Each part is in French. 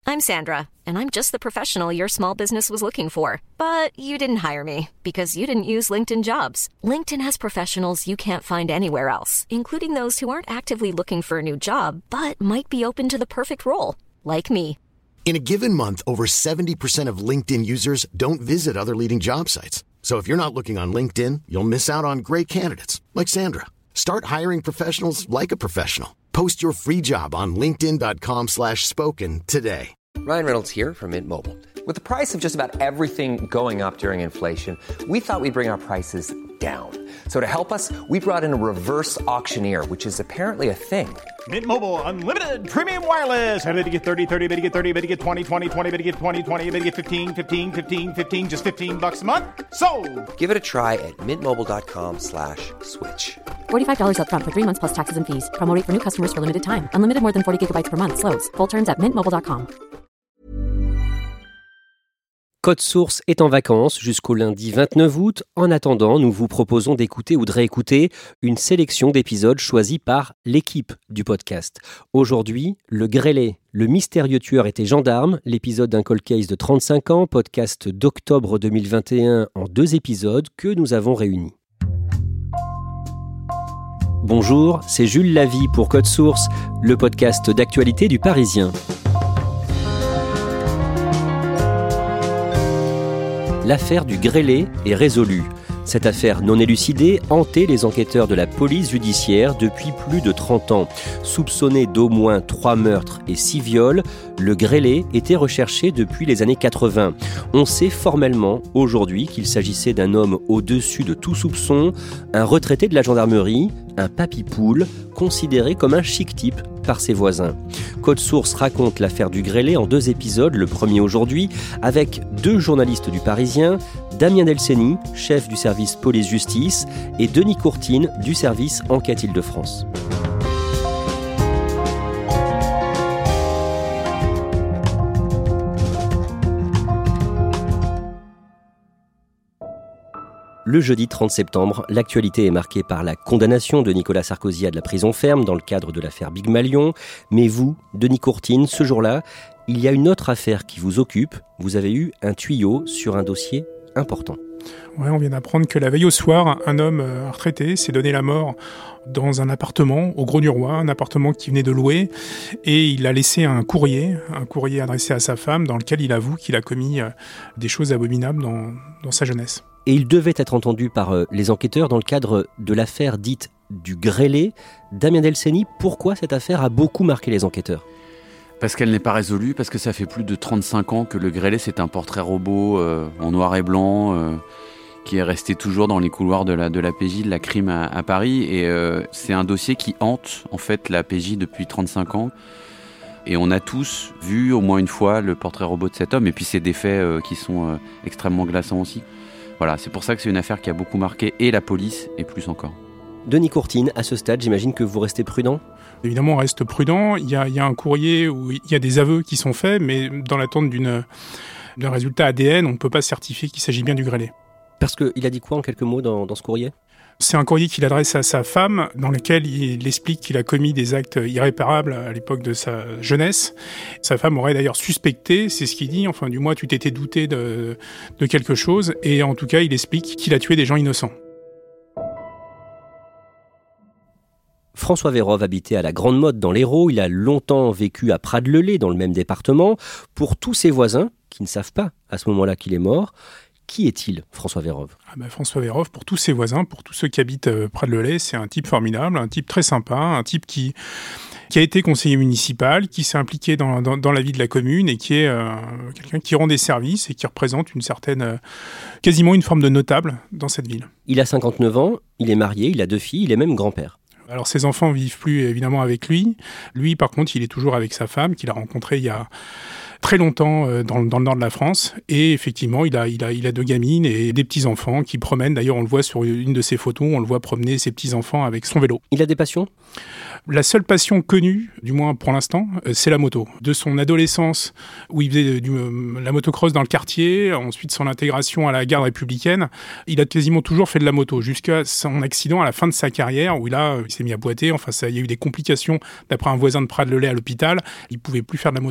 I'm Sandra, and I'm just the professional your small business was looking for. But you didn't hire me because you didn't use LinkedIn Jobs. LinkedIn has professionals you can't find anywhere else, including those who aren't actively looking for a new job, but might be open to the perfect role, like me. In a given month, over 70% of LinkedIn users don't visit other leading job sites. So if you're not looking on LinkedIn, you'll miss out on great candidates like Sandra. Start hiring professionals like a professional. Post your free job on linkedin.com/spoken today. Ryan Reynolds here from Mint Mobile. With the price of just about everything going up during inflation, we thought we'd bring our prices down. So to help us, we brought in a reverse auctioneer, which is apparently a thing. Mint Mobile Unlimited Premium Wireless. How to get 30, 30, bit to get 30, bit to get 20, 20, 20, bit to get 20, 20, bit to get 15, 15, 15, 15, just $15 a month? Sold! Give it a try at mintmobile.com/switch. $45 up front for 3 months plus taxes and fees. Promo rate for new customers for limited time. Unlimited more than 40 gigabytes per month. Slows full terms at mintmobile.com. Code Source est en vacances jusqu'au lundi 29 août. En attendant, nous vous proposons d'écouter ou de réécouter une sélection d'épisodes choisis par l'équipe du podcast. Aujourd'hui, Le Grêlé, le mystérieux tueur était gendarme, l'épisode d'un cold case de 35 ans, podcast d'octobre 2021 en 2 épisodes que nous avons réunis. Bonjour, c'est Jules Lavie pour Code Source, le podcast d'actualité du Parisien. L'affaire du Grêlé est résolue. Cette affaire non élucidée hantait les enquêteurs de la police judiciaire depuis plus de 30 ans. Soupçonné d'au moins 3 meurtres et 6 viols, le Grêlé était recherché depuis les années 80. On sait formellement aujourd'hui qu'il s'agissait d'un homme au-dessus de tout soupçon, un retraité de la gendarmerie, un papy-poule, considéré comme un chic type par ses voisins. Code Source raconte l'affaire du Grêlé en 2 épisodes, le premier aujourd'hui, avec 2 journalistes du Parisien, Damien Delceni, chef du service police-justice, et Denis Courtine, du service Enquête Île-de-France. Le jeudi 30 septembre, l'actualité est marquée par la condamnation de Nicolas Sarkozy à de la prison ferme dans le cadre de l'affaire Big Malion. Mais vous, Denis Courtine, ce jour-là, il y a une autre affaire qui vous occupe. Vous avez eu un tuyau sur un dossier important. Ouais, on vient d'apprendre que la veille au soir, un homme retraité s'est donné la mort dans un appartement au Grau-du-Roi, un appartement qu'il venait de louer, et il a laissé un courrier adressé à sa femme dans lequel il avoue qu'il a commis des choses abominables dans sa jeunesse. Et il devait être entendu par les enquêteurs dans le cadre de l'affaire dite du Grêlé. Damien Delceni, pourquoi cette affaire a beaucoup marqué les enquêteurs ? Parce qu'elle n'est pas résolue, parce que ça fait plus de 35 ans que le Grêlé, c'est un portrait robot en noir et blanc qui est resté toujours dans les couloirs de la PJ, de la crime à Paris. Et c'est un dossier qui hante en fait la PJ depuis 35 ans. Et on a tous vu au moins une fois le portrait robot de cet homme. Et puis c'est des faits qui sont extrêmement glaçants aussi. Voilà, c'est pour ça que c'est une affaire qui a beaucoup marqué et la police et plus encore. Denis Courtine, à ce stade, j'imagine que vous restez prudent ? Évidemment, on reste prudent. Il y a un courrier où il y a des aveux qui sont faits, mais dans l'attente d'un résultat ADN, on ne peut pas certifier qu'il s'agit bien du Grêlé. Parce qu'il a dit quoi en quelques mots dans ce courrier ? C'est un courrier qu'il adresse à sa femme, dans lequel il explique qu'il a commis des actes irréparables à l'époque de sa jeunesse. Sa femme aurait d'ailleurs suspecté, c'est ce qu'il dit, enfin du moins tu t'étais douté de quelque chose, et en tout cas il explique qu'il a tué des gens innocents. François Vérove habitait à la Grande Motte dans l'Hérault. Il a longtemps vécu à Prades-le-Lez, dans le même département. Pour tous ses voisins, qui ne savent pas à ce moment-là qu'il est mort, qui est-il, François Vérove ? François Vérove, pour tous ses voisins, pour tous ceux qui habitent Prades-le-Lez, c'est un type formidable, un type très sympa, un type qui a été conseiller municipal, qui s'est impliqué dans la vie de la commune et qui est quelqu'un qui rend des services et qui représente une certaine, quasiment une forme de notable dans cette ville. Il a 59 ans, il est marié, il a 2 filles, il est même grand-père. Alors ses enfants vivent plus évidemment avec lui. Lui, par contre, il est toujours avec sa femme qu'il a rencontrée il y a très longtemps dans le nord de la France. Et effectivement, il a 2 gamines et des petits-enfants qui promènent. D'ailleurs, on le voit sur une de ses photos, on le voit promener ses petits-enfants avec son vélo. Il a des passions ? La seule passion connue, du moins pour l'instant, c'est la moto. De son adolescence, où il faisait la motocross dans le quartier, ensuite son intégration à la garde républicaine, il a quasiment toujours fait de la moto, jusqu'à son accident à la fin de sa carrière, où il s'est mis à boiter. Enfin, il y a eu des complications, d'après un voisin de Prades-le-Lez à l'hôpital, il ne pouvait plus faire de la moto.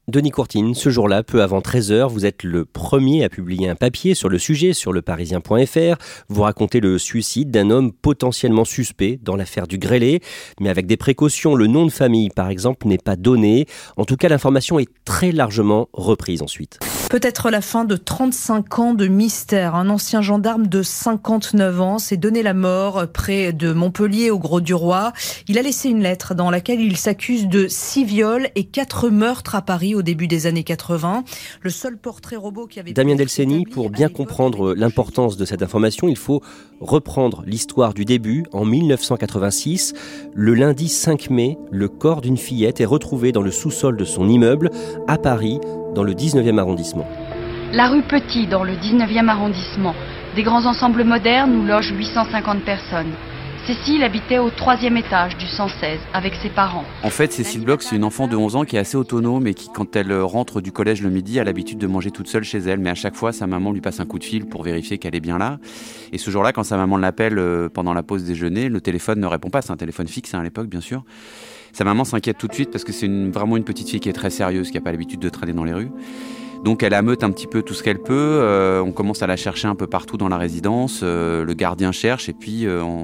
Denis Courtine, ce jour-là, peu avant 13h, vous êtes le premier à publier un papier sur le sujet sur leparisien.fr. Vous racontez le suicide d'un homme potentiellement suspect dans l'affaire du grêlé, mais avec des précautions. Le nom de famille, par exemple, n'est pas donné. En tout cas, l'information est très largement reprise ensuite. Peut-être la fin de 35 ans de mystère. Un ancien gendarme de 59 ans s'est donné la mort près de Montpellier, au Grau-du-Roi. Il a laissé une lettre dans laquelle il s'accuse de 6 viols et 4 meurtres à Paris au début des années 80. Le seul portrait robot qui avait... Damien Delceni, pour bien comprendre l'importance de cette information, il faut reprendre l'histoire du début. En 1986, le lundi 5 mai, le corps d'une fillette est retrouvé dans le sous-sol de son immeuble à Paris, dans le 19e arrondissement. La rue Petit, dans le 19e arrondissement. Des grands ensembles modernes où logent 850 personnes. Cécile habitait au 3e étage du 116 avec ses parents. En fait, Cécile Bloch, c'est une enfant de 11 ans qui est assez autonome et qui, quand elle rentre du collège le midi, a l'habitude de manger toute seule chez elle. Mais à chaque fois, sa maman lui passe un coup de fil pour vérifier qu'elle est bien là. Et ce jour-là, quand sa maman l'appelle pendant la pause déjeuner, le téléphone ne répond pas. C'est un téléphone fixe à l'époque, bien sûr. Sa maman s'inquiète tout de suite parce que c'est vraiment une petite fille qui est très sérieuse, qui n'a pas l'habitude de traîner dans les rues. Donc elle ameute un petit peu tout ce qu'elle peut. On commence à la chercher un peu partout dans la résidence. Le gardien cherche et puis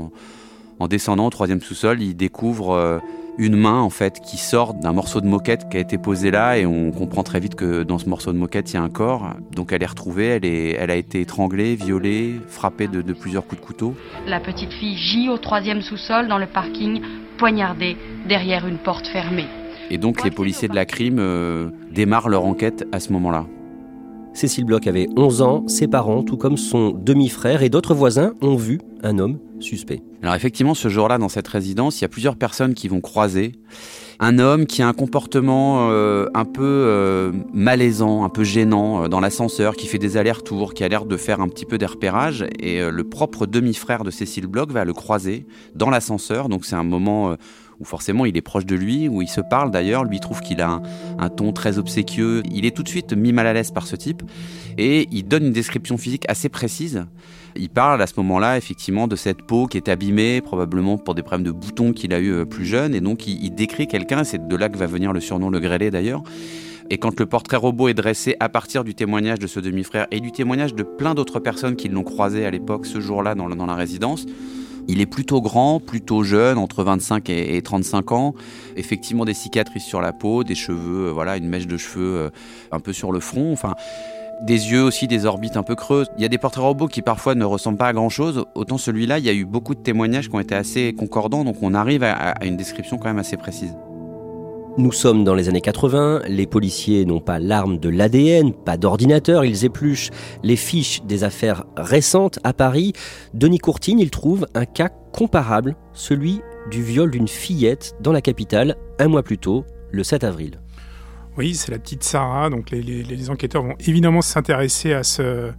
en descendant au 3e sous-sol, il découvre une main en fait qui sort d'un morceau de moquette qui a été posé là et on comprend très vite que dans ce morceau de moquette il y a un corps. Donc elle est retrouvée, elle a été étranglée, violée, frappée de plusieurs coups de couteau. La petite fille gît au 3e sous-sol dans le parking, poignardée derrière une porte fermée. Et donc les policiers de la crime démarrent leur enquête à ce moment-là. Cécile Bloch avait 11 ans, ses parents, tout comme son demi-frère et d'autres voisins, ont vu un homme suspect. Alors effectivement, ce jour-là, dans cette résidence, il y a plusieurs personnes qui vont croiser un homme qui a un comportement un peu malaisant, un peu gênant dans l'ascenseur, qui fait des allers-retours, qui a l'air de faire un petit peu des repérages. Et le propre demi-frère de Cécile Bloch va le croiser dans l'ascenseur. Donc c'est un moment où forcément il est proche de lui, où il se parle d'ailleurs. Lui trouve qu'il a un ton très obséquieux. Il est tout de suite mis mal à l'aise par ce type. Et il donne une description physique assez précise. Il parle à ce moment-là effectivement de cette peau qui est abîmée, probablement pour des problèmes de boutons qu'il a eu plus jeune. Et donc il décrit quelqu'un, c'est de là que va venir le surnom le grêlé d'ailleurs. Et quand le portrait robot est dressé à partir du témoignage de ce demi-frère et du témoignage de plein d'autres personnes qui l'ont croisé à l'époque, ce jour-là dans la résidence, il est plutôt grand, plutôt jeune, entre 25 et 35 ans. Effectivement des cicatrices sur la peau, des cheveux, une mèche de cheveux un peu sur le front, des yeux aussi, des orbites un peu creuses. Il y a des portraits robots qui parfois ne ressemblent pas à grand-chose. Autant celui-là, il y a eu beaucoup de témoignages qui ont été assez concordants, donc on arrive à une description quand même assez précise. Nous sommes dans les années 80, les policiers n'ont pas l'arme de l'ADN, pas d'ordinateur, ils épluchent les fiches des affaires récentes à Paris. Denis Courtine, il trouve un cas comparable, celui du viol d'une fillette dans la capitale, un mois plus tôt, le 7 avril. Oui, c'est la petite Sarah, donc les enquêteurs vont évidemment s'intéresser à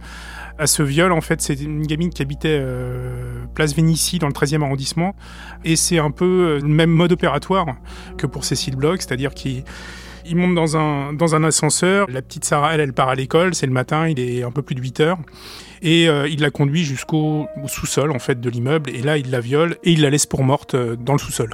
ce viol. En fait, c'est une gamine qui habitait place Vénitie dans le 13e arrondissement. Et c'est un peu le même mode opératoire que pour Cécile Bloch, c'est-à-dire qu'il monte dans un ascenseur. La petite Sarah, elle part à l'école, c'est le matin, il est un peu plus de 8 heures. Et il la conduit jusqu'au sous-sol en fait, de l'immeuble. Et là, il la viole et il la laisse pour morte dans le sous-sol.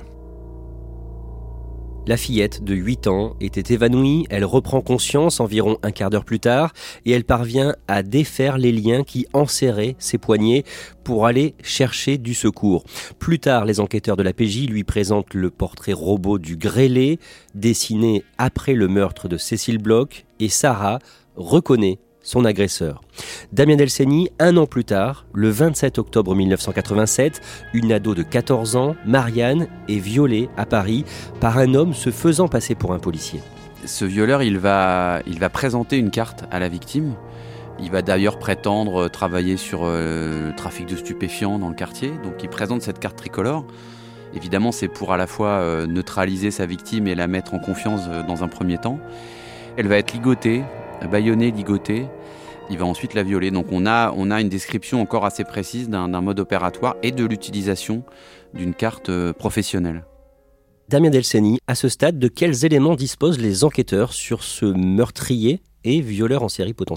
La fillette de 8 ans était évanouie, elle reprend conscience environ un quart d'heure plus tard et elle parvient à défaire les liens qui enserraient ses poignets pour aller chercher du secours. Plus tard, les enquêteurs de la PJ lui présentent le portrait robot du grêlé, dessiné après le meurtre de Cécile Bloch, et Sarah reconnaît son agresseur. Damien Delceni, un an plus tard, le 27 octobre 1987, une ado de 14 ans, Marianne, est violée à Paris par un homme se faisant passer pour un policier. Ce violeur, il va présenter une carte à la victime. Il va d'ailleurs prétendre travailler sur le trafic de stupéfiants dans le quartier. Donc il présente cette carte tricolore. Évidemment, c'est pour à la fois neutraliser sa victime et la mettre en confiance dans un premier temps. Elle va être ligotée, bâillonnée, ligotée. Il va ensuite la violer. Donc on a une description encore assez précise d'un mode opératoire et de l'utilisation d'une carte professionnelle. Damien Delceni, à ce stade, de quels éléments disposent les enquêteurs sur ce meurtrier et violeur en série potentiel ?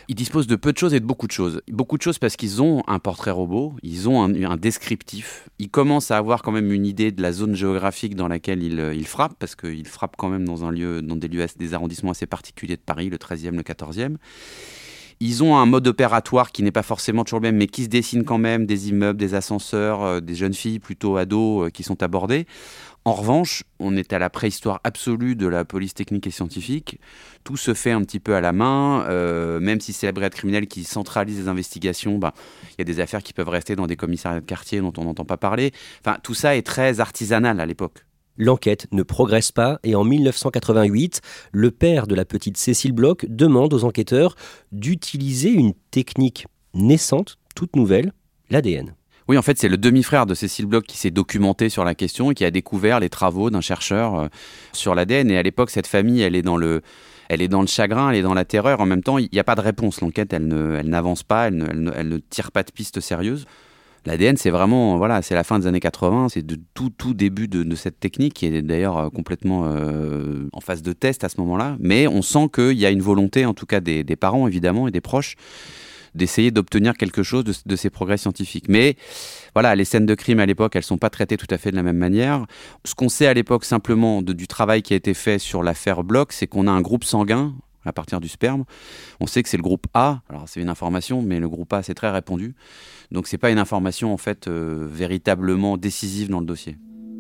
Ils disposent de peu de choses et de beaucoup de choses. Beaucoup de choses parce qu'ils ont un portrait robot, ils ont un descriptif. Ils commencent à avoir quand même une idée de la zone géographique dans laquelle ils frappent, parce qu'ils frappent quand même dans des arrondissements assez particuliers de Paris, le 13e, le 14e. Ils ont un mode opératoire qui n'est pas forcément toujours le même, mais qui se dessine quand même, des immeubles, des ascenseurs, des jeunes filles plutôt ados qui sont abordées. En revanche, on est à la préhistoire absolue de la police technique et scientifique. Tout se fait un petit peu à la main, même si c'est la brigade criminelle qui centralise les investigations, y a des affaires qui peuvent rester dans des commissariats de quartier dont on n'entend pas parler. Enfin, tout ça est très artisanal à l'époque. L'enquête ne progresse pas et en 1988, le père de la petite Cécile Bloch demande aux enquêteurs d'utiliser une technique naissante, toute nouvelle, l'ADN. Oui, en fait, c'est le demi-frère de Cécile Bloch qui s'est documenté sur la question et qui a découvert les travaux d'un chercheur sur l'ADN. Et à l'époque, cette famille, elle est dans le chagrin, elle est dans la terreur. En même temps, il n'y a pas de réponse. L'enquête, elle n'avance pas, elle ne tire pas de piste sérieuse. L'ADN, c'est vraiment, c'est la fin des années 80, c'est de tout début de cette technique qui est d'ailleurs complètement en phase de test à ce moment-là. Mais on sent qu'il y a une volonté, en tout cas des parents évidemment et des proches, d'essayer d'obtenir quelque chose de ces progrès scientifiques. Mais voilà, les scènes de crime à l'époque, elles ne sont pas traitées tout à fait de la même manière. Ce qu'on sait à l'époque simplement du travail qui a été fait sur l'affaire Bloch, c'est qu'on a un groupe sanguin à partir du sperme. On sait que c'est le groupe A. Alors c'est une information, mais le groupe A, c'est très répandu. Donc c'est pas une information en fait véritablement décisive dans le dossier.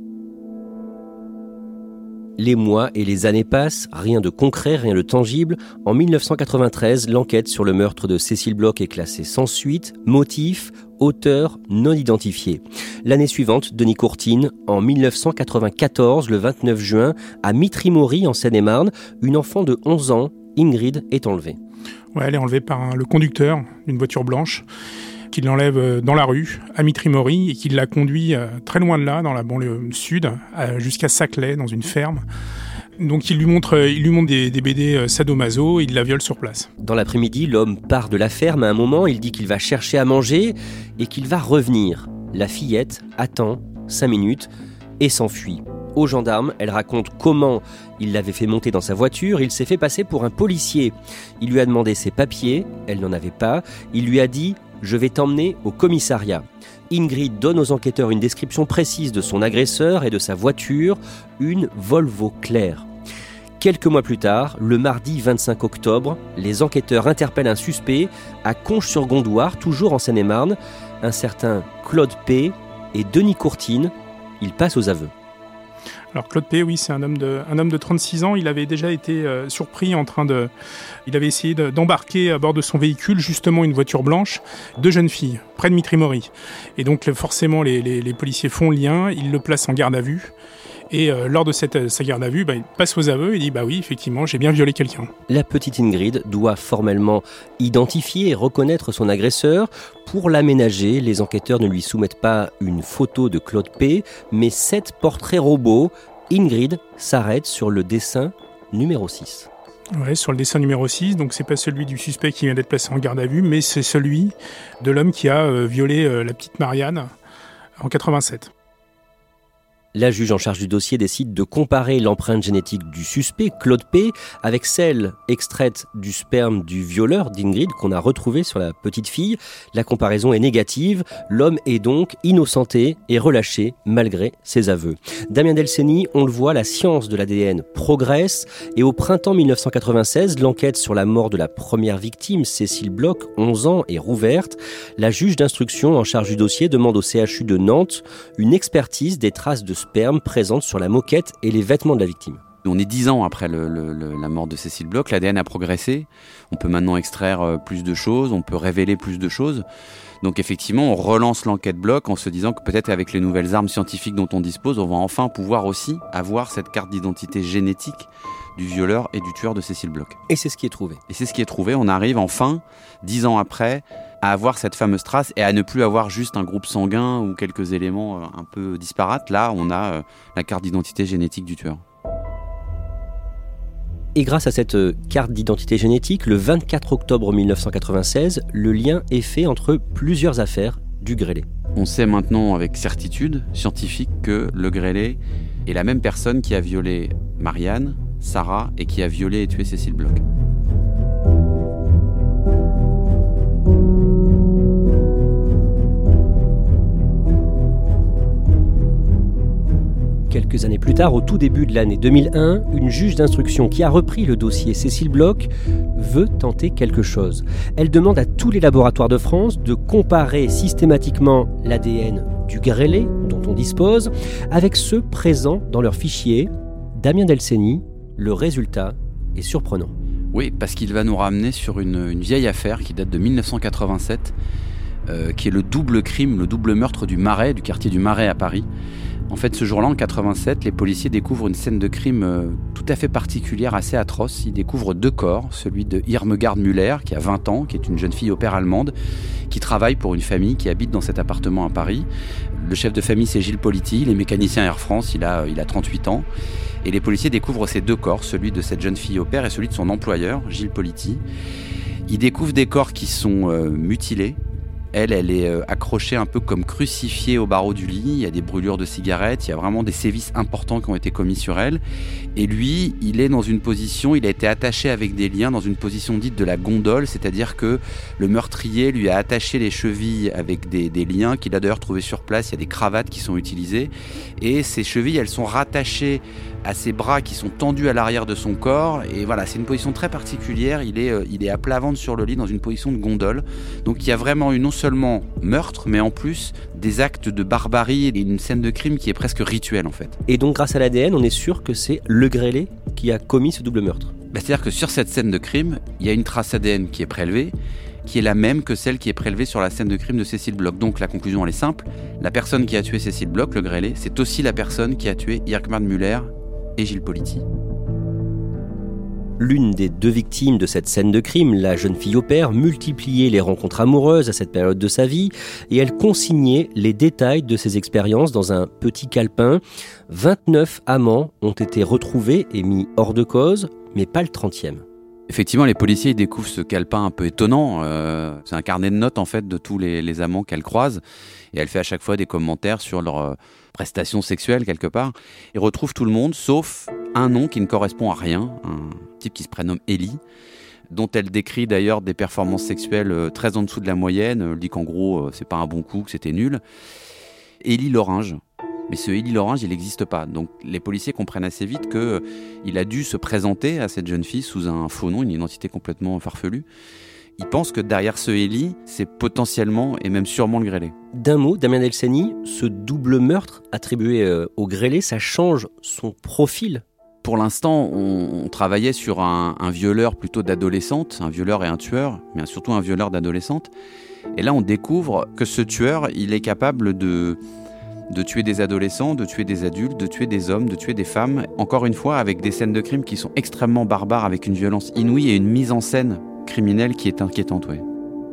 Les mois et les années passent, rien de concret, rien de tangible. En 1993, l'enquête sur le meurtre de Cécile Bloch est classée sans suite. Motif, auteur non identifié. L'année suivante, Denis Courtine, en 1994, le 29 juin, à Mitry-Mory, en Seine-et-Marne, une enfant de 11 ans, Ingrid, est enlevée. Ouais, elle est enlevée par le conducteur d'une voiture blanche qui l'enlève dans la rue, à Mitry-Mory, et qui la conduit très loin de là, dans la banlieue sud, jusqu'à Saclay, dans une ferme. Donc il lui montre des BD sadomaso et il la viole sur place. Dans l'après-midi, l'homme part de la ferme à un moment, il dit qu'il va chercher à manger et qu'il va revenir. La fillette attend 5 minutes et s'enfuit. Aux gendarmes, elle raconte comment il l'avait fait monter dans sa voiture, il s'est fait passer pour un policier. Il lui a demandé ses papiers, elle n'en avait pas, il lui a dit « Je vais t'emmener au commissariat ». Ingrid donne aux enquêteurs une description précise de son agresseur et de sa voiture, une Volvo claire. Quelques mois plus tard, le mardi 25 octobre, les enquêteurs interpellent un suspect à Conches-sur-Gondouar, toujours en Seine-et-Marne, un certain Claude P. et Denis Courtine. Ils passent aux aveux. Alors Claude P, oui, c'est un homme de 36 ans. Il avait déjà été surpris il avait essayé d'embarquer à bord de son véhicule justement une voiture blanche, 2 jeunes filles, près de Mitry-Mory. Et donc forcément les policiers font le lien, ils le placent en garde à vue. Et lors de sa garde à vue, il passe aux aveux et dit « oui, effectivement, j'ai bien violé quelqu'un ». La petite Ingrid doit formellement identifier et reconnaître son agresseur. Pour l'aménager, les enquêteurs ne lui soumettent pas une photo de Claude P, mais 7 portraits robots. Ingrid s'arrête sur le dessin numéro 6. Ouais, sur le dessin numéro 6, donc c'est pas celui du suspect qui vient d'être placé en garde à vue, mais c'est celui de l'homme qui a violé la petite Marianne en 87. La juge en charge du dossier décide de comparer l'empreinte génétique du suspect, Claude P, avec celle extraite du sperme du violeur d'Ingrid qu'on a retrouvé sur la petite fille. La comparaison est négative. L'homme est donc innocenté et relâché malgré ses aveux. Damien Delceni, on le voit, la science de l'ADN progresse et au printemps 1996, l'enquête sur la mort de la première victime, Cécile Bloch, 11 ans, est rouverte. La juge d'instruction en charge du dossier demande au CHU de Nantes une expertise des traces de sperme présentes sur la moquette et les vêtements de la victime. On est 10 ans après la mort de Cécile Bloch, l'ADN a progressé, on peut maintenant extraire plus de choses, on peut révéler plus de choses. Donc effectivement, on relance l'enquête Bloch en se disant que peut-être avec les nouvelles armes scientifiques dont on dispose, on va enfin pouvoir aussi avoir cette carte d'identité génétique du violeur et du tueur de Cécile Bloch. Et c'est ce qui est trouvé. Et c'est ce qui est trouvé, on arrive enfin, 10 ans après, à avoir cette fameuse trace et à ne plus avoir juste un groupe sanguin ou quelques éléments un peu disparates. Là, on a la carte d'identité génétique du tueur. Et grâce à cette carte d'identité génétique, le 24 octobre 1996, le lien est fait entre plusieurs affaires du grêlé. On sait maintenant avec certitude scientifique que le grêlé est la même personne qui a violé Marianne, Sarah et qui a violé et tué Cécile Bloch. Quelques années plus tard, au tout début de l'année 2001, une juge d'instruction qui a repris le dossier Cécile Bloch veut tenter quelque chose. Elle demande à tous les laboratoires de France de comparer systématiquement l'ADN du grêlé dont on dispose avec ceux présents dans leur fichier. Damien Delceni, le résultat est surprenant. Oui, parce qu'il va nous ramener sur une vieille affaire qui date de 1987, qui est le double crime, le double meurtre du Marais, du quartier du Marais à Paris. En fait, ce jour-là, en 87, les policiers découvrent une scène de crime tout à fait particulière, assez atroce. Ils découvrent 2 corps, celui de Irmgard Müller, qui a 20 ans, qui est une jeune fille au père allemande, qui travaille pour une famille qui habite dans cet appartement à Paris. Le chef de famille, c'est Gilles Politi, il est mécanicien Air France, il a 38 ans. Et les policiers découvrent ces 2 corps, celui de cette jeune fille au père et celui de son employeur, Gilles Politi. Ils découvrent des corps qui sont mutilés. Elle est accrochée un peu comme crucifiée au barreau du lit. Il y a des brûlures de cigarettes, il y a vraiment des sévices importants qui ont été commis sur elle. Et lui, il est dans une position, il a été attaché avec des liens dans une position dite de la gondole, c'est-à-dire que le meurtrier lui a attaché les chevilles avec des liens qu'il a d'ailleurs trouvés sur place. Il y a des cravates qui sont utilisées. Et ces chevilles, elles sont rattachées à ses bras qui sont tendus à l'arrière de son corps. Et voilà, c'est une position très particulière. Il est à plat ventre sur le lit dans une position de gondole. Donc il y a vraiment eu non seulement meurtre, mais en plus des actes de barbarie et une scène de crime qui est presque rituelle en fait. Et donc grâce à l'ADN, on est sûr que c'est le grêlé qui a commis ce double meurtre. C'est-à-dire que sur cette scène de crime, il y a une trace ADN qui est prélevée, qui est la même que celle qui est prélevée sur la scène de crime de Cécile Bloch. Donc la conclusion elle est simple, la personne qui a tué Cécile Bloch, le grêlé, c'est aussi la personne qui a tué Irmgard Müller et Gilles Politi. L'une des 2 victimes de cette scène de crime, la jeune fille au père, multipliait les rencontres amoureuses à cette période de sa vie et elle consignait les détails de ses expériences dans un petit calepin. 29 amants ont été retrouvés et mis hors de cause, mais pas le 30e. Effectivement, les policiers découvrent ce calepin un peu étonnant. C'est un carnet de notes en fait de tous les amants qu'elle croise et elle fait à chaque fois des commentaires sur leur prestations sexuelles quelque part. Ils retrouvent tout le monde sauf un nom qui ne correspond à rien, un type qui se prénomme Élie, dont elle décrit d'ailleurs des performances sexuelles très en dessous de la moyenne. Elle dit qu'en gros c'est pas un bon coup, que c'était nul. Élie Loringe. Mais ce Élie Loringe, il n'existe pas. Donc les policiers comprennent assez vite qu'il a dû se présenter à cette jeune fille sous un faux nom, une identité complètement farfelue. Ils pensent que derrière ce Élie, c'est potentiellement et même sûrement le grêlé. D'un mot, Damien Delceni, ce double meurtre attribué au grêlé, ça change son profil? Pour l'instant, on travaillait sur un violeur plutôt d'adolescente, un violeur et un tueur, mais surtout un violeur d'adolescente. Et là, on découvre que ce tueur, il est capable de tuer des adolescents, de tuer des adultes, de tuer des hommes, de tuer des femmes. Encore une fois, avec des scènes de crime qui sont extrêmement barbares, avec une violence inouïe et une mise en scène criminelle qui est inquiétante, oui.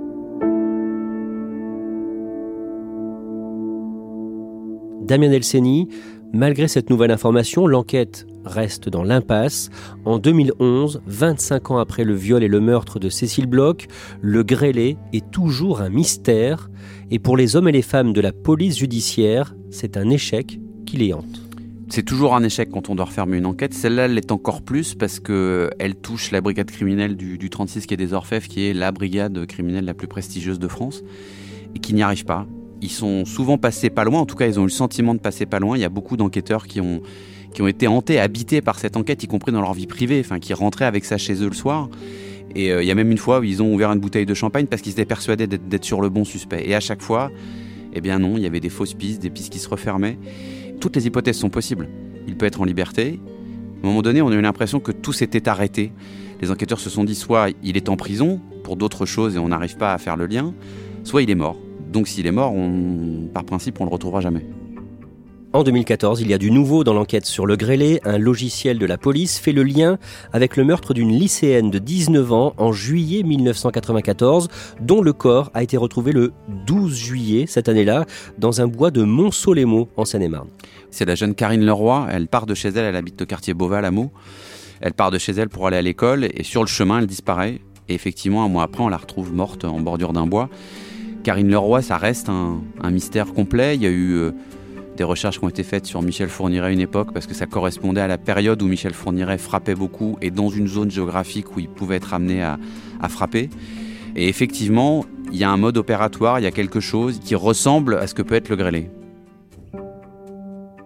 Damien Delceni, malgré cette nouvelle information, l'enquête reste dans l'impasse. En 2011, 25 ans après le viol et le meurtre de Cécile Bloch, le grêlé est toujours un mystère. Et pour les hommes et les femmes de la police judiciaire, c'est un échec qui les hante. C'est toujours un échec quand on doit refermer une enquête. Celle-là, elle l'est encore plus parce qu'elle touche la brigade criminelle du 36 quai des Orfèvres, qui est la brigade criminelle la plus prestigieuse de France, et qui n'y arrive pas. Ils sont souvent passés pas loin, en tout cas ils ont eu le sentiment de passer pas loin. Il y a beaucoup d'enquêteurs qui ont été hantés, habités par cette enquête, y compris dans leur vie privée, qui rentraient avec ça chez eux le soir. Et il y a même une fois où ils ont ouvert une bouteille de champagne parce qu'ils étaient persuadés d'être sur le bon suspect. Et à chaque fois, eh bien non, il y avait des fausses pistes, des pistes qui se refermaient. Toutes les hypothèses sont possibles. Il peut être en liberté. À un moment donné, on a eu l'impression que tout s'était arrêté. Les enquêteurs se sont dit soit il est en prison pour d'autres choses et on n'arrive pas à faire le lien, soit il est mort. Donc s'il est mort, par principe, on ne le retrouvera jamais. En 2014, il y a du nouveau dans l'enquête sur le grêlé. Un logiciel de la police fait le lien avec le meurtre d'une lycéenne de 19 ans en juillet 1994, dont le corps a été retrouvé le 12 juillet cette année-là, dans un bois de Montceau-les-Maux, en Seine-et-Marne. C'est la jeune Karine Leroy, elle part de chez elle, elle habite au quartier Beauval à Meaux. Elle part de chez elle pour aller à l'école et sur le chemin, elle disparaît. Et effectivement, un mois après, on la retrouve morte en bordure d'un bois. Karine Leroy, ça reste un mystère complet. Il y a eu des recherches qui ont été faites sur Michel Fourniret à une époque parce que ça correspondait à la période où Michel Fourniret frappait beaucoup et dans une zone géographique où il pouvait être amené à frapper. Et effectivement, il y a un mode opératoire, il y a quelque chose qui ressemble à ce que peut être le grêlé.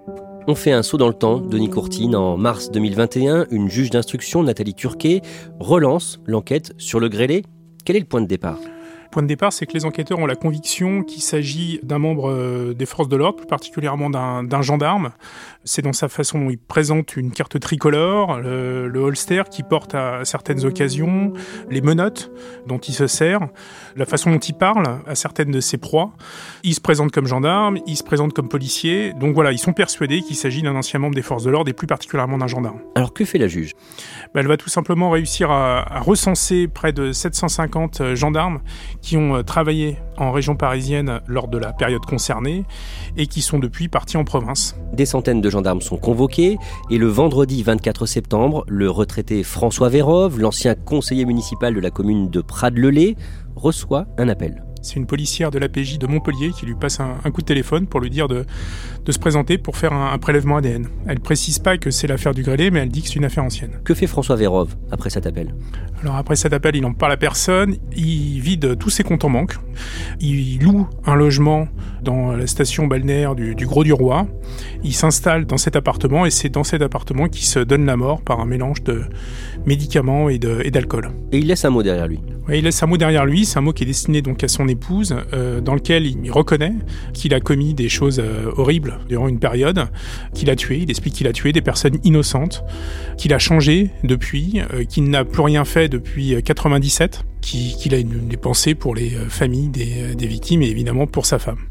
On fait un saut dans le temps, Denis Courtine. En mars 2021, une juge d'instruction, Nathalie Turquet, relance l'enquête sur le grêlé. Quel est le point de départ ? Le point de départ, c'est que les enquêteurs ont la conviction qu'il s'agit d'un membre des forces de l'ordre, plus particulièrement d'un gendarme. C'est dans sa façon dont il présente une carte tricolore, le holster qu'il porte à certaines occasions, les menottes dont il se sert, la façon dont il parle à certaines de ses proies. Il se présente comme gendarme, il se présente comme policier. Donc voilà, ils sont persuadés qu'il s'agit d'un ancien membre des forces de l'ordre et plus particulièrement d'un gendarme. Alors que fait la juge ? Elle va tout simplement réussir à recenser près de 750 gendarmes qui ont travaillé en région parisienne lors de la période concernée et qui sont depuis partis en province. Des centaines de gendarmes sont convoqués et le vendredi 24 septembre, le retraité François Vérove, l'ancien conseiller municipal de la commune de Prades-le-Lez, reçoit un appel. C'est une policière de l'APJ de Montpellier qui lui passe un coup de téléphone pour lui dire de se présenter pour faire un prélèvement ADN. Elle précise pas que c'est l'affaire du grêlé, mais elle dit que c'est une affaire ancienne. Que fait François Vérove après cet appel ? Alors après cet appel, il n'en parle à personne, il vide tous ses comptes en banque, il loue un logement dans la station balnéaire du Grau-du-Roi, il s'installe dans cet appartement et c'est dans cet appartement qu'il se donne la mort par un mélange de médicaments et d'alcool. Et il laisse un mot derrière lui. Oui, il laisse un mot derrière lui, c'est un mot qui est destiné donc à son épouse, dans lequel il reconnaît qu'il a commis des choses horribles durant une période, qu'il a tué, il explique qu'il a tué des personnes innocentes, qu'il a changé depuis, qu'il n'a plus rien fait depuis 97, qu'il a des pensées pour les familles des victimes et évidemment pour sa femme.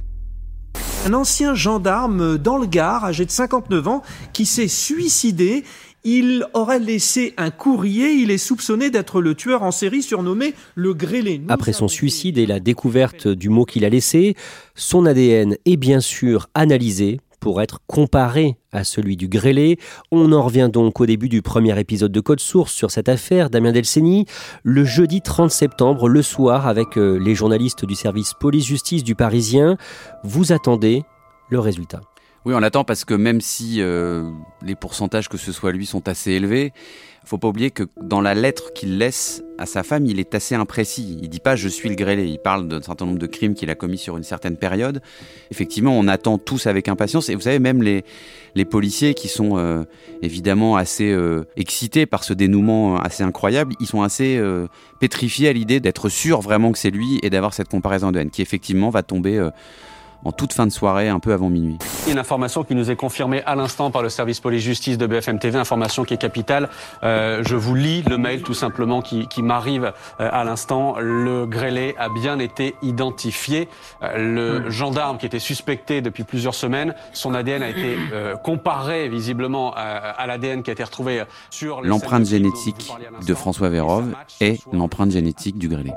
Un ancien gendarme dans le Gard, âgé de 59 ans, qui s'est suicidé. Il aurait laissé un courrier, il est soupçonné d'être le tueur en série surnommé le grêlé. Après son suicide et la découverte du mot qu'il a laissé, son ADN est bien sûr analysé pour être comparé à celui du grêlé. On en revient donc au début du premier épisode de Code Source sur cette affaire, Damien Delceni, le jeudi 30 septembre, le soir, avec les journalistes du service police-justice du Parisien. Vous attendez le résultat. Oui, on l'attend parce que même si les pourcentages que ce soit lui sont assez élevés, il ne faut pas oublier que dans la lettre qu'il laisse à sa femme, il est assez imprécis. Il ne dit pas « je suis le grêlé », il parle d'un certain nombre de crimes qu'il a commis sur une certaine période. Effectivement, on attend tous avec impatience. Et vous savez, même les policiers qui sont évidemment assez excités par ce dénouement assez incroyable, ils sont assez pétrifiés à l'idée d'être sûrs vraiment que c'est lui et d'avoir cette comparaison ADN qui effectivement va tomber en toute fin de soirée, un peu avant minuit. Une information qui nous est confirmée à l'instant par le service police-justice de BFM TV, information qui est capitale. Je vous lis le mail tout simplement qui m'arrive à l'instant. Le grêlé a bien été identifié. Le gendarme qui était suspecté depuis plusieurs semaines, son ADN a été comparé visiblement à l'ADN qui a été retrouvé sur... L'empreinte génétique de François Vérove est l'empreinte génétique du grêlé.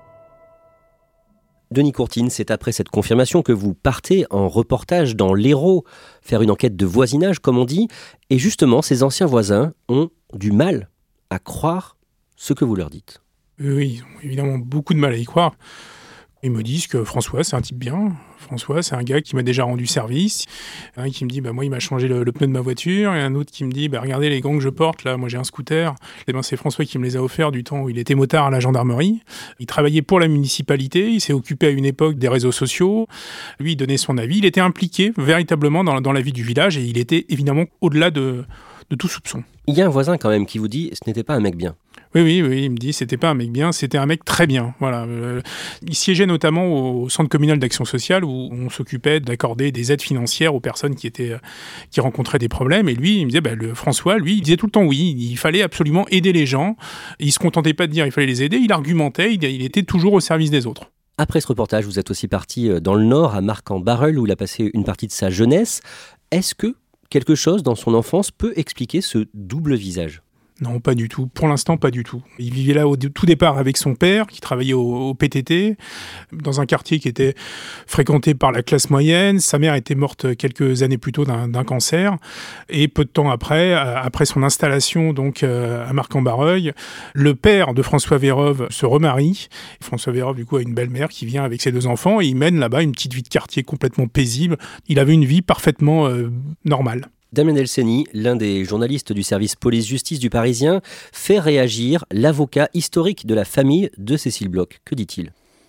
Denis Courtine, c'est après cette confirmation que vous partez en reportage dans l'Hérault, faire une enquête de voisinage, comme on dit. Et justement, ces anciens voisins ont du mal à croire ce que vous leur dites. Oui, ils ont évidemment beaucoup de mal à y croire. Ils me disent que François, c'est un type bien. François, c'est un gars qui m'a déjà rendu service. Un qui me dit, moi, il m'a changé le pneu de ma voiture. Et un autre qui me dit, regardez les gants que je porte, là, moi, j'ai un scooter. Et c'est François qui me les a offerts du temps où il était motard à la gendarmerie. Il travaillait pour la municipalité. Il s'est occupé à une époque des réseaux sociaux. Lui, il donnait son avis. Il était impliqué véritablement dans la vie du village. Et il était évidemment au-delà de tout soupçon. Il y a un voisin quand même qui vous dit, ce n'était pas un mec bien. Oui, il me dit, c'était pas un mec bien, c'était un mec très bien. Voilà. Il siégeait notamment au centre communal d'action sociale où on s'occupait d'accorder des aides financières aux personnes qui rencontraient des problèmes. Et lui, il me disait, François, lui, il disait tout le temps oui, il fallait absolument aider les gens. Il se contentait pas de dire il fallait les aider, il argumentait, il était toujours au service des autres. Après ce reportage, vous êtes aussi parti dans le Nord, à Marcq-en-Barœul, où il a passé une partie de sa jeunesse. Est-ce que quelque chose dans son enfance peut expliquer ce double visage ? Non, pas du tout. Pour l'instant, pas du tout. Il vivait là au tout départ avec son père, qui travaillait au PTT, dans un quartier qui était fréquenté par la classe moyenne. Sa mère était morte quelques années plus tôt d'un cancer. Et peu de temps après son installation donc à Marcq-en-Barœul, le père de François Vérove se remarie. François Vérove, du coup, a une belle-mère qui vient avec ses deux enfants et il mène là-bas une petite vie de quartier complètement paisible. Il avait une vie parfaitement normale. Damien Delceni, l'un des journalistes du service police-justice du Parisien, fait réagir l'avocat historique de la famille de Cécile Bloch. Que dit-il ?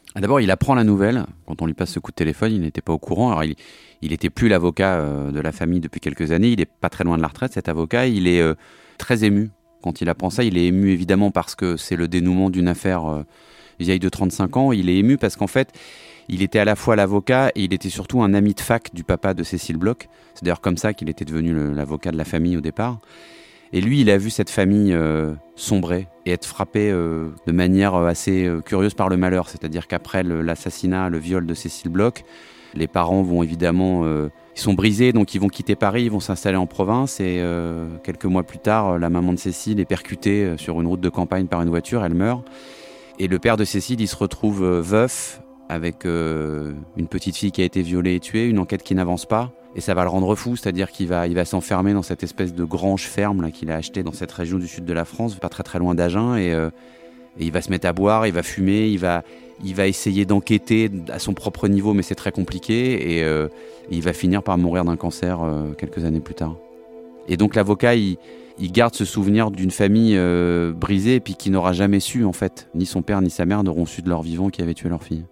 D'abord, il apprend la nouvelle. Quand on lui passe ce coup de téléphone, il n'était pas au courant. Alors, il était plus l'avocat de la famille depuis quelques années. Il est pas très loin de la retraite, cet avocat. Il est très ému quand il apprend ça. Il est ému évidemment parce que c'est le dénouement d'une affaire vieille de 35 ans. Il est ému parce qu'en fait, il était à la fois l'avocat et il était surtout un ami de fac du papa de Cécile Bloch. C'est d'ailleurs comme ça qu'il était devenu l'avocat de la famille au départ. Et lui, il a vu cette famille sombrer et être frappé de manière assez curieuse par le malheur. C'est-à-dire qu'après l'assassinat, le viol de Cécile Bloch, les parents vont évidemment... ils sont brisés, donc ils vont quitter Paris, ils vont s'installer en province. Et quelques mois plus tard, la maman de Cécile est percutée sur une route de campagne par une voiture, elle meurt. Et le père de Cécile, il se retrouve veuf avec une petite fille qui a été violée et tuée, une enquête qui n'avance pas. Et ça va le rendre fou, c'est-à-dire qu'il va s'enfermer dans cette espèce de grange ferme là, qu'il a achetée dans cette région du sud de la France, pas très très loin d'Agen, et il va se mettre à boire, il va fumer, il va essayer d'enquêter à son propre niveau, mais c'est très compliqué, et il va finir par mourir d'un cancer quelques années plus tard. Et donc l'avocat, il garde ce souvenir d'une famille brisée, et puis qui n'aura jamais su, en fait, ni son père ni sa mère n'auront su de leur vivant qui avait tué leur fille.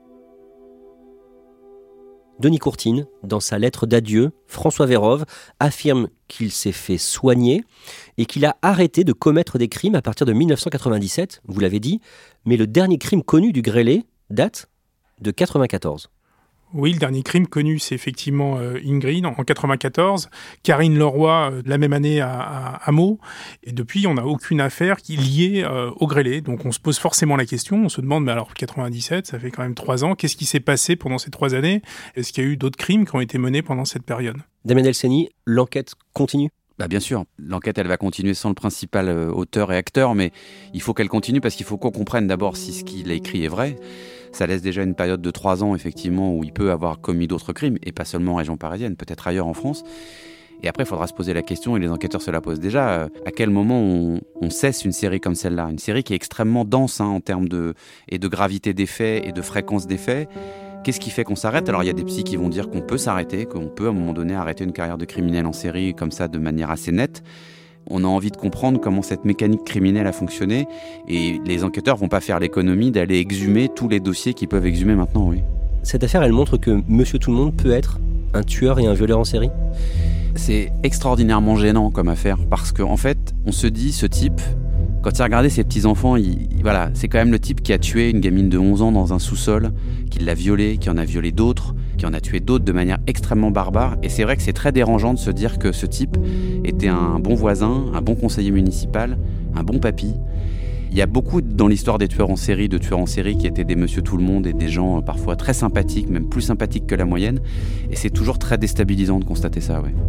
Denis Courtine, dans sa lettre d'adieu, François Vérove affirme qu'il s'est fait soigner et qu'il a arrêté de commettre des crimes à partir de 1997, vous l'avez dit, mais le dernier crime connu du grêlé date de 1994. Oui, le dernier crime connu, c'est effectivement Ingrid en 1994, Karine Leroy la même année à Meaux, et depuis, on n'a aucune affaire qui est liée au grêlé. Donc on se pose forcément la question, on se demande, mais alors 97, ça fait quand même 3 ans, qu'est-ce qui s'est passé pendant ces 3 années ? Est-ce qu'il y a eu d'autres crimes qui ont été menés pendant cette période ? Damien Delceni, l'enquête continue ? Bien sûr, l'enquête elle va continuer sans le principal auteur et acteur, mais il faut qu'elle continue parce qu'il faut qu'on comprenne d'abord si ce qu'il a écrit est vrai. Ça laisse déjà une période de 3 ans effectivement où il peut avoir commis d'autres crimes, et pas seulement en région parisienne, peut-être ailleurs en France. Et après, il faudra se poser la question, et les enquêteurs se la posent déjà, à quel moment on cesse une série comme celle-là ? Une série qui est extrêmement dense en termes de gravité des faits et de fréquence des faits. Qu'est-ce qui fait qu'on s'arrête ? Alors il y a des psys qui vont dire qu'on peut s'arrêter, qu'on peut à un moment donné arrêter une carrière de criminel en série comme ça de manière assez nette. On a envie de comprendre comment cette mécanique criminelle a fonctionné, et les enquêteurs vont pas faire l'économie d'aller exhumer tous les dossiers qu'ils peuvent exhumer maintenant, oui. Cette affaire, elle montre que Monsieur Tout-le-Monde peut être un tueur et un violeur en série ? C'est extraordinairement gênant comme affaire, parce qu'en fait, on se dit, ce type, quand il a regardé ses petits-enfants, voilà, c'est quand même le type qui a tué une gamine de 11 ans dans un sous-sol, qui l'a violée, qui en a violé d'autres, qui en a tué d'autres de manière extrêmement barbare. Et c'est vrai que c'est très dérangeant de se dire que ce type était un bon voisin, un bon conseiller municipal, un bon papy. Il y a beaucoup dans l'histoire des tueurs en série, de tueurs en série qui étaient des monsieur tout le monde et des gens parfois très sympathiques, même plus sympathiques que la moyenne. Et c'est toujours très déstabilisant de constater ça, ouais.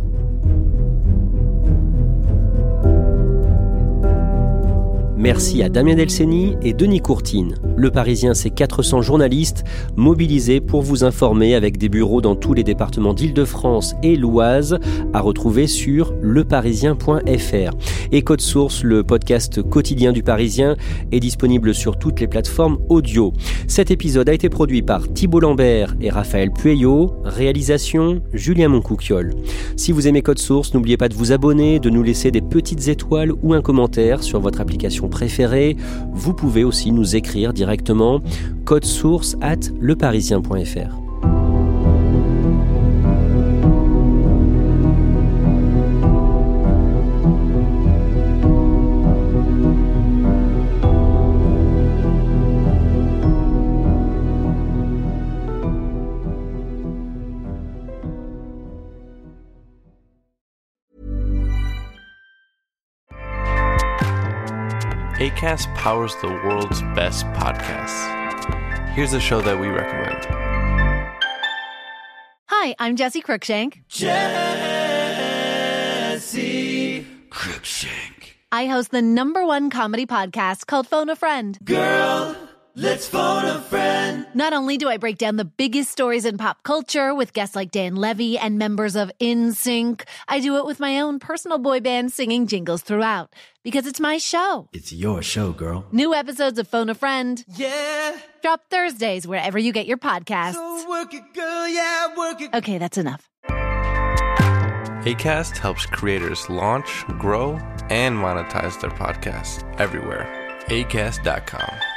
Merci à Damien Delceni et Denis Courtine. Le Parisien, c'est 400 journalistes mobilisés pour vous informer, avec des bureaux dans tous les départements d'Île-de-France et l'Oise, à retrouver sur leparisien.fr. Et Code Source, le podcast quotidien du Parisien, est disponible sur toutes les plateformes audio. Cet épisode a été produit par Thibault Lambert et Raphaël Pueyo. Réalisation, Julien Moncouquiol. Si vous aimez Code Source, n'oubliez pas de vous abonner, de nous laisser des petites étoiles ou un commentaire sur votre application préférée. Vous pouvez aussi nous écrire directement codesource@leparisien.fr. Acast powers the world's best podcasts. Here's a show that we recommend. Hi, I'm Jessie Cruikshank. Jessie Cruikshank. I host the #1 comedy podcast called Phone a Friend. Girl, let's phone a friend. Not only do I break down the biggest stories in pop culture with guests like Dan Levy and members of NSYNC, I do it with my own personal boy band singing jingles throughout. Because it's my show. It's your show, girl. New episodes of Phone a Friend. Yeah. Drop Thursdays wherever you get your podcasts. So work it, girl, yeah, work it. Okay, that's enough. Acast helps creators launch, grow, and monetize their podcasts everywhere. Acast.com.